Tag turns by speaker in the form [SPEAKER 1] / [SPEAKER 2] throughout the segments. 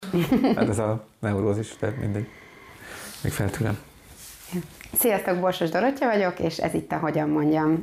[SPEAKER 1] Hát ez a neurózis, de mindegy. Még feltűnöm.
[SPEAKER 2] Sziasztok, Borsos Dorottya vagyok, és ez itt a Hogyan mondjam.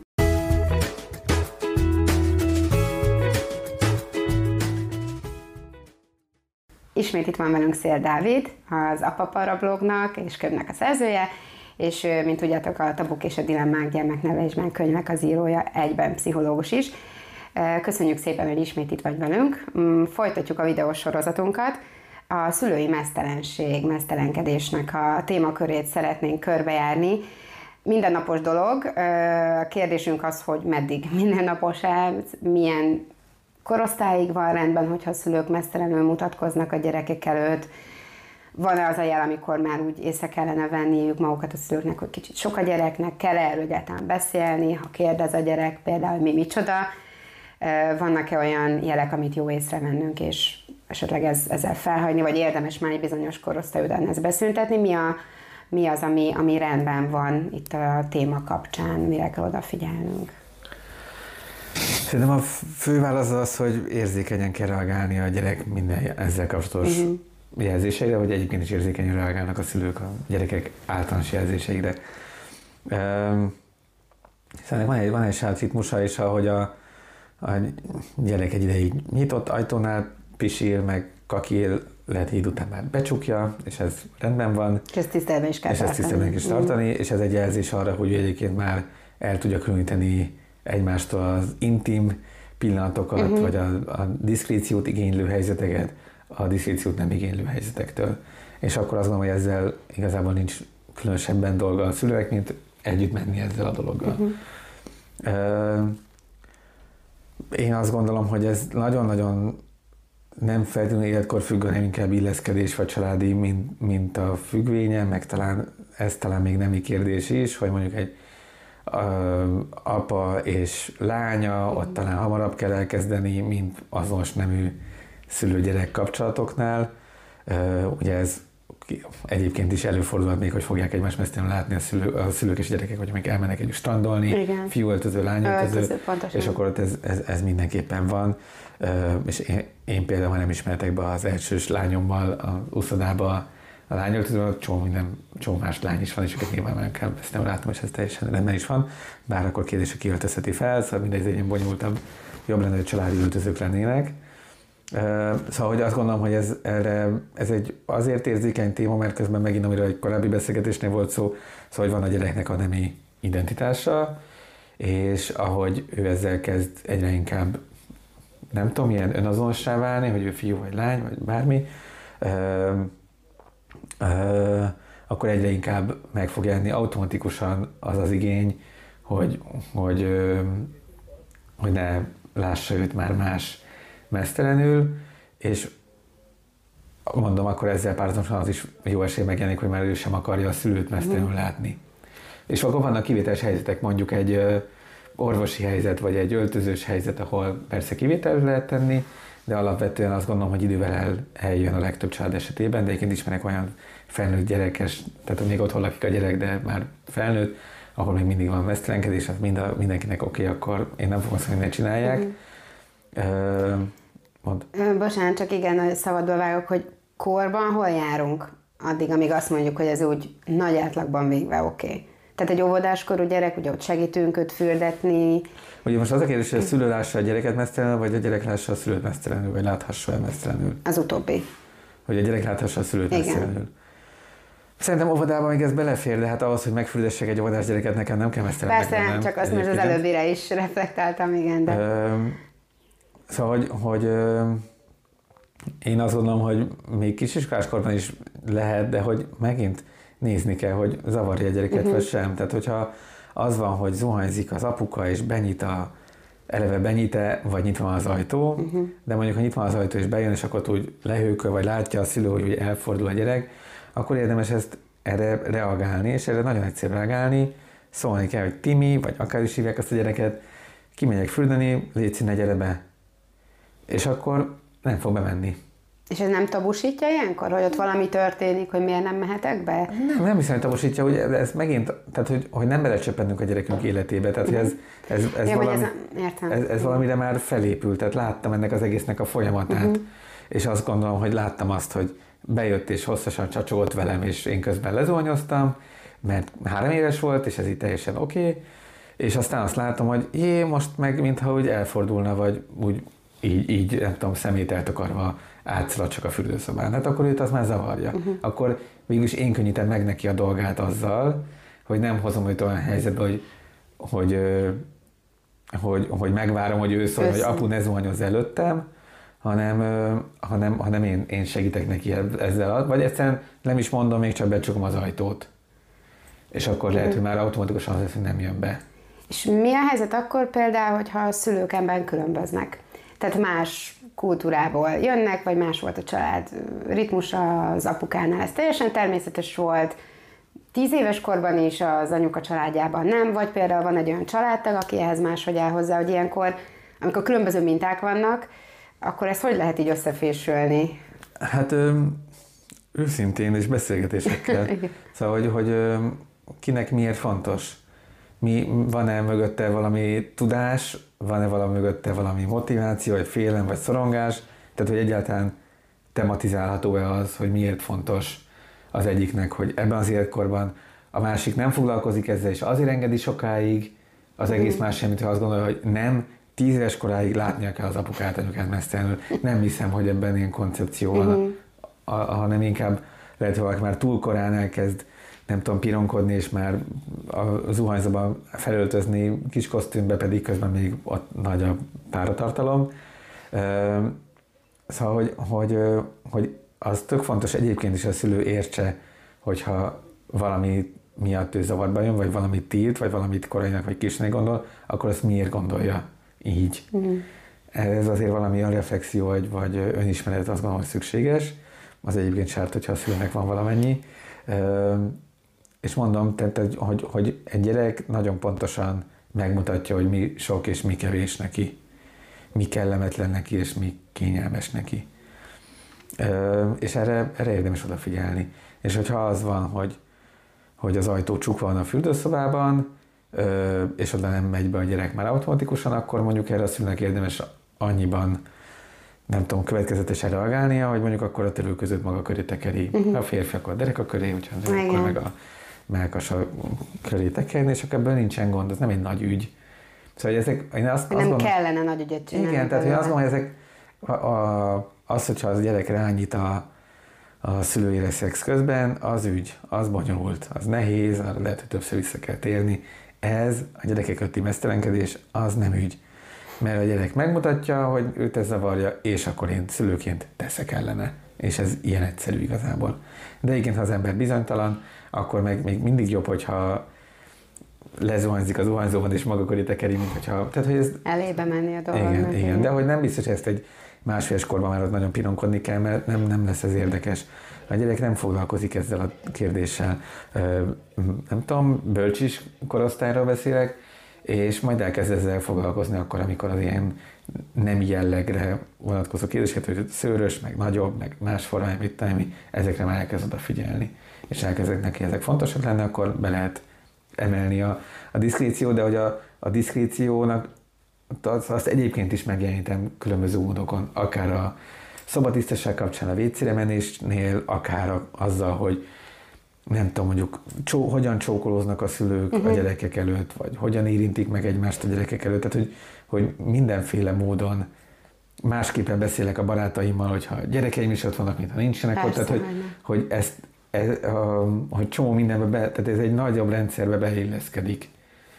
[SPEAKER 2] Ismét itt van velünk Szél Dávid, az Apapara blognak és könyvnek a szerzője, és mint tudjátok, a Tabuk és a Dilemmák gyermeknevelésben könyvnek az írója, egyben pszichológus is. Köszönjük szépen, hogy ismét itt vagy velünk. Folytatjuk a videós sorozatunkat. A szülői meztelenség, meztelenkedésnek a témakörét szeretnénk körbejárni. Mindennapos dolog. A kérdésünk az, hogy meddig mindennapos-e, milyen korosztályig van rendben, hogyha a szülők meztelenül mutatkoznak a gyerekek előtt. Van-e az a jel, amikor már úgy észre kellene venniük magukat a szülőknek, hogy kicsit sok a gyereknek, kell erről egyáltalán beszélni, ha kérdez a gyerek, például mi micsoda. Vannak-e olyan jelek, amit jó észrevennünk, és esetleg ezzel felhagyni, vagy érdemes már egy bizonyos korosztály után ezt beszüntetni? Mi az, ami rendben van itt a téma kapcsán, mire kell odafigyelnünk?
[SPEAKER 1] Szerintem a fő válasz az, hogy érzékenyen kell reagálni a gyerek minden ezzel kapcsolatos jelzéseire, vagy egyébként is érzékenyen reagálnak a szülők a gyerekek általános jelzéseire. Szerintem van egy saját ritmusa is, ahogy a gyerek egy ideig nyitott ajtónál pisil, meg kakil, lehet híd után már becsukja, és ez rendben van.
[SPEAKER 2] És ezt tiszteletben is kell
[SPEAKER 1] tartani. És ezt tiszteletben is tartani, és ez egy jelzés arra, hogy egyébként már el tudja különíteni egymástól az intim pillanatokat, vagy a diszkréciót igénylő helyzeteket a diszkréciót nem igénylő helyzetektől. És akkor azt gondolom, hogy ezzel igazából nincs különösebben dolga a szülőek, mint együtt menni ezzel a dologgal. Én azt gondolom, hogy ez nagyon-nagyon nem feltétlenül életkor függő, hanem inkább illeszkedés vagy családi mint a függvénye, meg talán még nemi kérdés is, hogy mondjuk egy apa és lánya, ott talán hamarabb kell elkezdeni, mint azonos nemű szülő-gyerek kapcsolatoknál. Ugye ez egyébként is előfordulhat még, hogy fogják egymást mesztelenül látni a szülők és a gyerekek, hogy még elmennek együtt strandolni, fiúöltöző, lányöltöző, és akkor ott ez mindenképpen van. És én például már nem ismertek be az elsős lányommal a uszodába, a lányöltözőben csomó más lány is van, és őket nyilván nem kell, ezt nem látom, és ez teljesen rendben is van. Bár akkor kérdés, hogy ki öltözheti fel, szóval mindegy, egy ilyen bonyolultabb, jobb lenne, hogy családi öltözők lennének. Szóval hogy azt gondolom, hogy ez egy azért érzékeny téma, mert közben megint, amiről egy korábbi beszélgetésnél volt szó, szóval hogy van a gyereknek a nemi identitása, és ahogy ő ezzel kezd egyre inkább, nem tudom, ilyen önazonossá válni, hogy ő fiú vagy lány, vagy bármi, akkor egyre inkább meg fog jelenni automatikusan az az igény, hogy ne lássa őt már más meztelenül, és mondom, akkor ezzel párhuzamosan az is jó esély megjelenik, hogy már ő sem akarja a szülőt meztelenül látni. És akkor vannak kivételes helyzetek, mondjuk egy orvosi helyzet, vagy egy öltözős helyzet, ahol persze kivételre lehet tenni, de alapvetően azt gondolom, hogy idővel eljön a legtöbb család esetében, de egyébként ismerek olyan felnőtt gyerekes, tehát még otthon lakik a gyerek, de már felnőtt, ahol még mindig van meztelenkedés, az mindenkinek oké, akkor én nem fogom azt mondani, hogy ne csinálják.
[SPEAKER 2] Bocsánat, csak igen, szabadba vágok, hogy korban hol járunk addig, amíg azt mondjuk, hogy ez úgy nagy átlagban végve oké. Tehát egy óvodáskorú gyerek, ugye ott segítünk őt fürdetni.
[SPEAKER 1] Ugye most az a kérdés, hogy a szülő lássa a gyereket meztelenül, vagy a gyerek lássa a szülőt meztelenül, vagy láthassa-e meztelenül?
[SPEAKER 2] Az utóbbi.
[SPEAKER 1] Hogy a gyerek láthassa a szülőt meztelenül. Szerintem óvodában még ez belefér, de hát ahhoz, hogy megfürdessek egy óvodás gyereket, nekem nem kell meztelenül.
[SPEAKER 2] Persze, csak azt most az előbbire is reflektáltam, igen. De...
[SPEAKER 1] Szóval, hogy én azt gondolom, hogy még kisiskoláskorban is lehet, de hogy megint nézni kell, hogy zavarja a gyereket, vagy sem. Tehát, hogyha az van, hogy zuhanyzik az apuka, és eleve benyit-e, vagy nyitva van az ajtó, de mondjuk, ha nyitva van az ajtó, és bejön, és akkor úgy lehőköl, vagy látja a szülő, hogy elfordul a gyerek, akkor érdemes erre reagálni, és erre nagyon egyszerű reagálni, szólni kell, hogy Timi, vagy akár is hívják azt a gyereket, kimegyek fürdeni, légy ne gyere be. És akkor nem fog bemenni.
[SPEAKER 2] És ez nem tabusítja ilyenkor, hogy ott valami történik, hogy miért nem mehetek be?
[SPEAKER 1] Nem hiszem, hogy tabusítja, hogy ez megint, tehát hogy nem belecsöppennünk a gyerekünk életébe, tehát hogy ez valamire már felépült, tehát láttam ennek az egésznek a folyamatát. és azt gondolom, hogy láttam azt, hogy bejött és hosszasan csacsogott velem, és én közben lezuhanyoztam, mert 3 éves volt, és ez így teljesen oké. És aztán azt látom, hogy most meg mintha úgy elfordulna, vagy úgy így nem tudom, szemét eltakarva átszalad csak a fürdőszobán. Hát akkor őt az már zavarja. Akkor végülis én könnyítem meg neki a dolgát azzal, hogy nem hozom őt olyan helyzetbe, hogy megvárom, hogy ő szól, hogy apu, ne zuhanyoz előttem, hanem én segítek neki ezzel, vagy egyszerűen nem is mondom, még csak becsukom az ajtót. És akkor lehet, hogy már automatikusan az lesz, hogy nem jön be.
[SPEAKER 2] És mi a helyzet akkor például, hogyha a szülők ebben különböznek? Tehát más kultúrából jönnek, vagy más volt a család ritmusa az apukánál. Ez teljesen természetes volt, 10 éves korban is az anyuka családjában nem, vagy például van egy olyan családtag, aki ehhez máshogy áll hozzá, hogy ilyenkor, amikor különböző minták vannak, akkor ezt hogy lehet így összefésülni?
[SPEAKER 1] Hát őszintén és beszélgetésekkel. Szóval, hogy kinek miért fontos? Van-e mögötte valami tudás, van-e mögötte valami motiváció, vagy félelem, vagy szorongás? Tehát, hogy egyáltalán tematizálható-e az, hogy miért fontos az egyiknek, hogy ebben az életkorban a másik nem foglalkozik ezzel, és azért engedi sokáig, az egész más semmit, ha azt gondolja, hogy nem, 10 éves koráig látnia kell az apukát, anyukát mesztelenül. Nem hiszem, hogy ebben ilyen koncepció van, hanem inkább lehet, hogy valaki már túl korán elkezd, nem tudom, pironkodni, és már a zuhanyzóban felöltözni, kis kosztümbe, pedig közben még ott nagy a páratartalom. Szóval, hogy az tök fontos egyébként is a szülő értse, hogyha valami miatt ő zavarba jön, vagy valamit tilt, vagy valamit korainak vagy későnek gondol, akkor azt miért gondolja így. Ez azért valami önreflexió, vagy önismeret, azt gondolom, hogy szükséges. Az egyébként sárt, hogyha a szülőnek van valamennyi. És mondom, tehát, hogy egy gyerek nagyon pontosan megmutatja, hogy mi sok és mi kevés neki. Mi kellemetlen neki, és mi kényelmes neki. És erre érdemes odafigyelni. És hogyha az van, hogy az ajtó csukva van a fürdőszobában, és oda nem megy be a gyerek már automatikusan, akkor mondjuk erre a szülőnek érdemes annyiban, nem tudom, következetesen reagálnia, hogy mondjuk akkor a törülközőt maga köré tekeri. A férfi akkor a dereka köré, hogyha akkor meg a mellkasa köré tekerni, és akkor ebből nincsen gond, ez nem egy nagy ügy. Szóval én azt
[SPEAKER 2] nem gondolom, kellene nagy ügyet csinálni.
[SPEAKER 1] Igen, tehát én azt gondolom, hogy az, hogyha az gyerek rányít a szülőire szex közben, az ügy, az bonyolult, az nehéz, lehet, hogy többször vissza kell térni. Ez a gyerekek közötti meztelenkedés, az nem ügy. Mert a gyerek megmutatja, hogy őt ez zavarja, és akkor én szülőként teszek ellene. És ez ilyen egyszerű igazából. De egyébként, ha az ember bizonytalan, akkor meg még mindig jobb, hogyha lezuhanyzik a zuhanyzóban, és maga köré tekeri, mint hogyha... Tehát, hogy ez...
[SPEAKER 2] Elébe menni a dolognak.
[SPEAKER 1] Igen, de hogy nem biztos, hogy ezt egy másféles korban már ott nagyon pironkodni kell, mert nem lesz ez érdekes. A gyerek nem foglalkozik ezzel a kérdéssel. Nem tudom, bölcsis korosztályról beszélek, és majd elkezd ezzel foglalkozni akkor, amikor az ilyen nem jellegre vonatkozó kérdéseket, hogy szőrös, meg nagyobb, meg más formájú, mit tenni, ezekre már elkezd odafigyelni. És elkezdek neki ezek fontosak lenne, akkor be lehet emelni a diszkréciót, de hogy a diszkréciónak azt egyébként is megjelenítem különböző módokon, akár a szobatisztaság kapcsán, a vécére menésnél, akár azzal, hogy nem tudom, mondjuk hogyan csókolóznak a szülők a gyerekek előtt, vagy hogyan érintik meg egymást a gyerekek előtt, tehát hogy mindenféle módon másképpen beszélek a barátaimmal, hogyha a gyerekeim is ott vannak, mintha nincsenek ott, tehát hogy hogy csomó mindenbe tehát ez egy nagyobb rendszerbe beilleszkedik.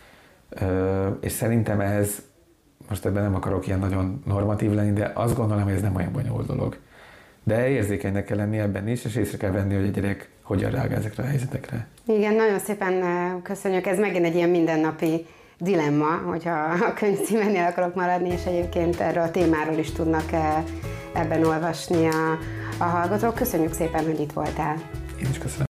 [SPEAKER 1] És szerintem ez, most ebben nem akarok ilyen nagyon normatív lenni, de azt gondolom, hogy ez nem olyan bonyolult dolog. De érzékenynek kell lenni ebben is, és észre kell venni, hogy a gyerek hogyan reagál ezekre a helyzetekre. Igen,
[SPEAKER 2] nagyon szépen köszönjük. Ez megint egy ilyen mindennapi dilemma, hogyha a könyv címénél akarok maradni, és egyébként erről a témáról is tudnak ebben olvasni a hallgatók. Köszönjük szépen, hogy itt voltál.
[SPEAKER 1] Én is köszönöm.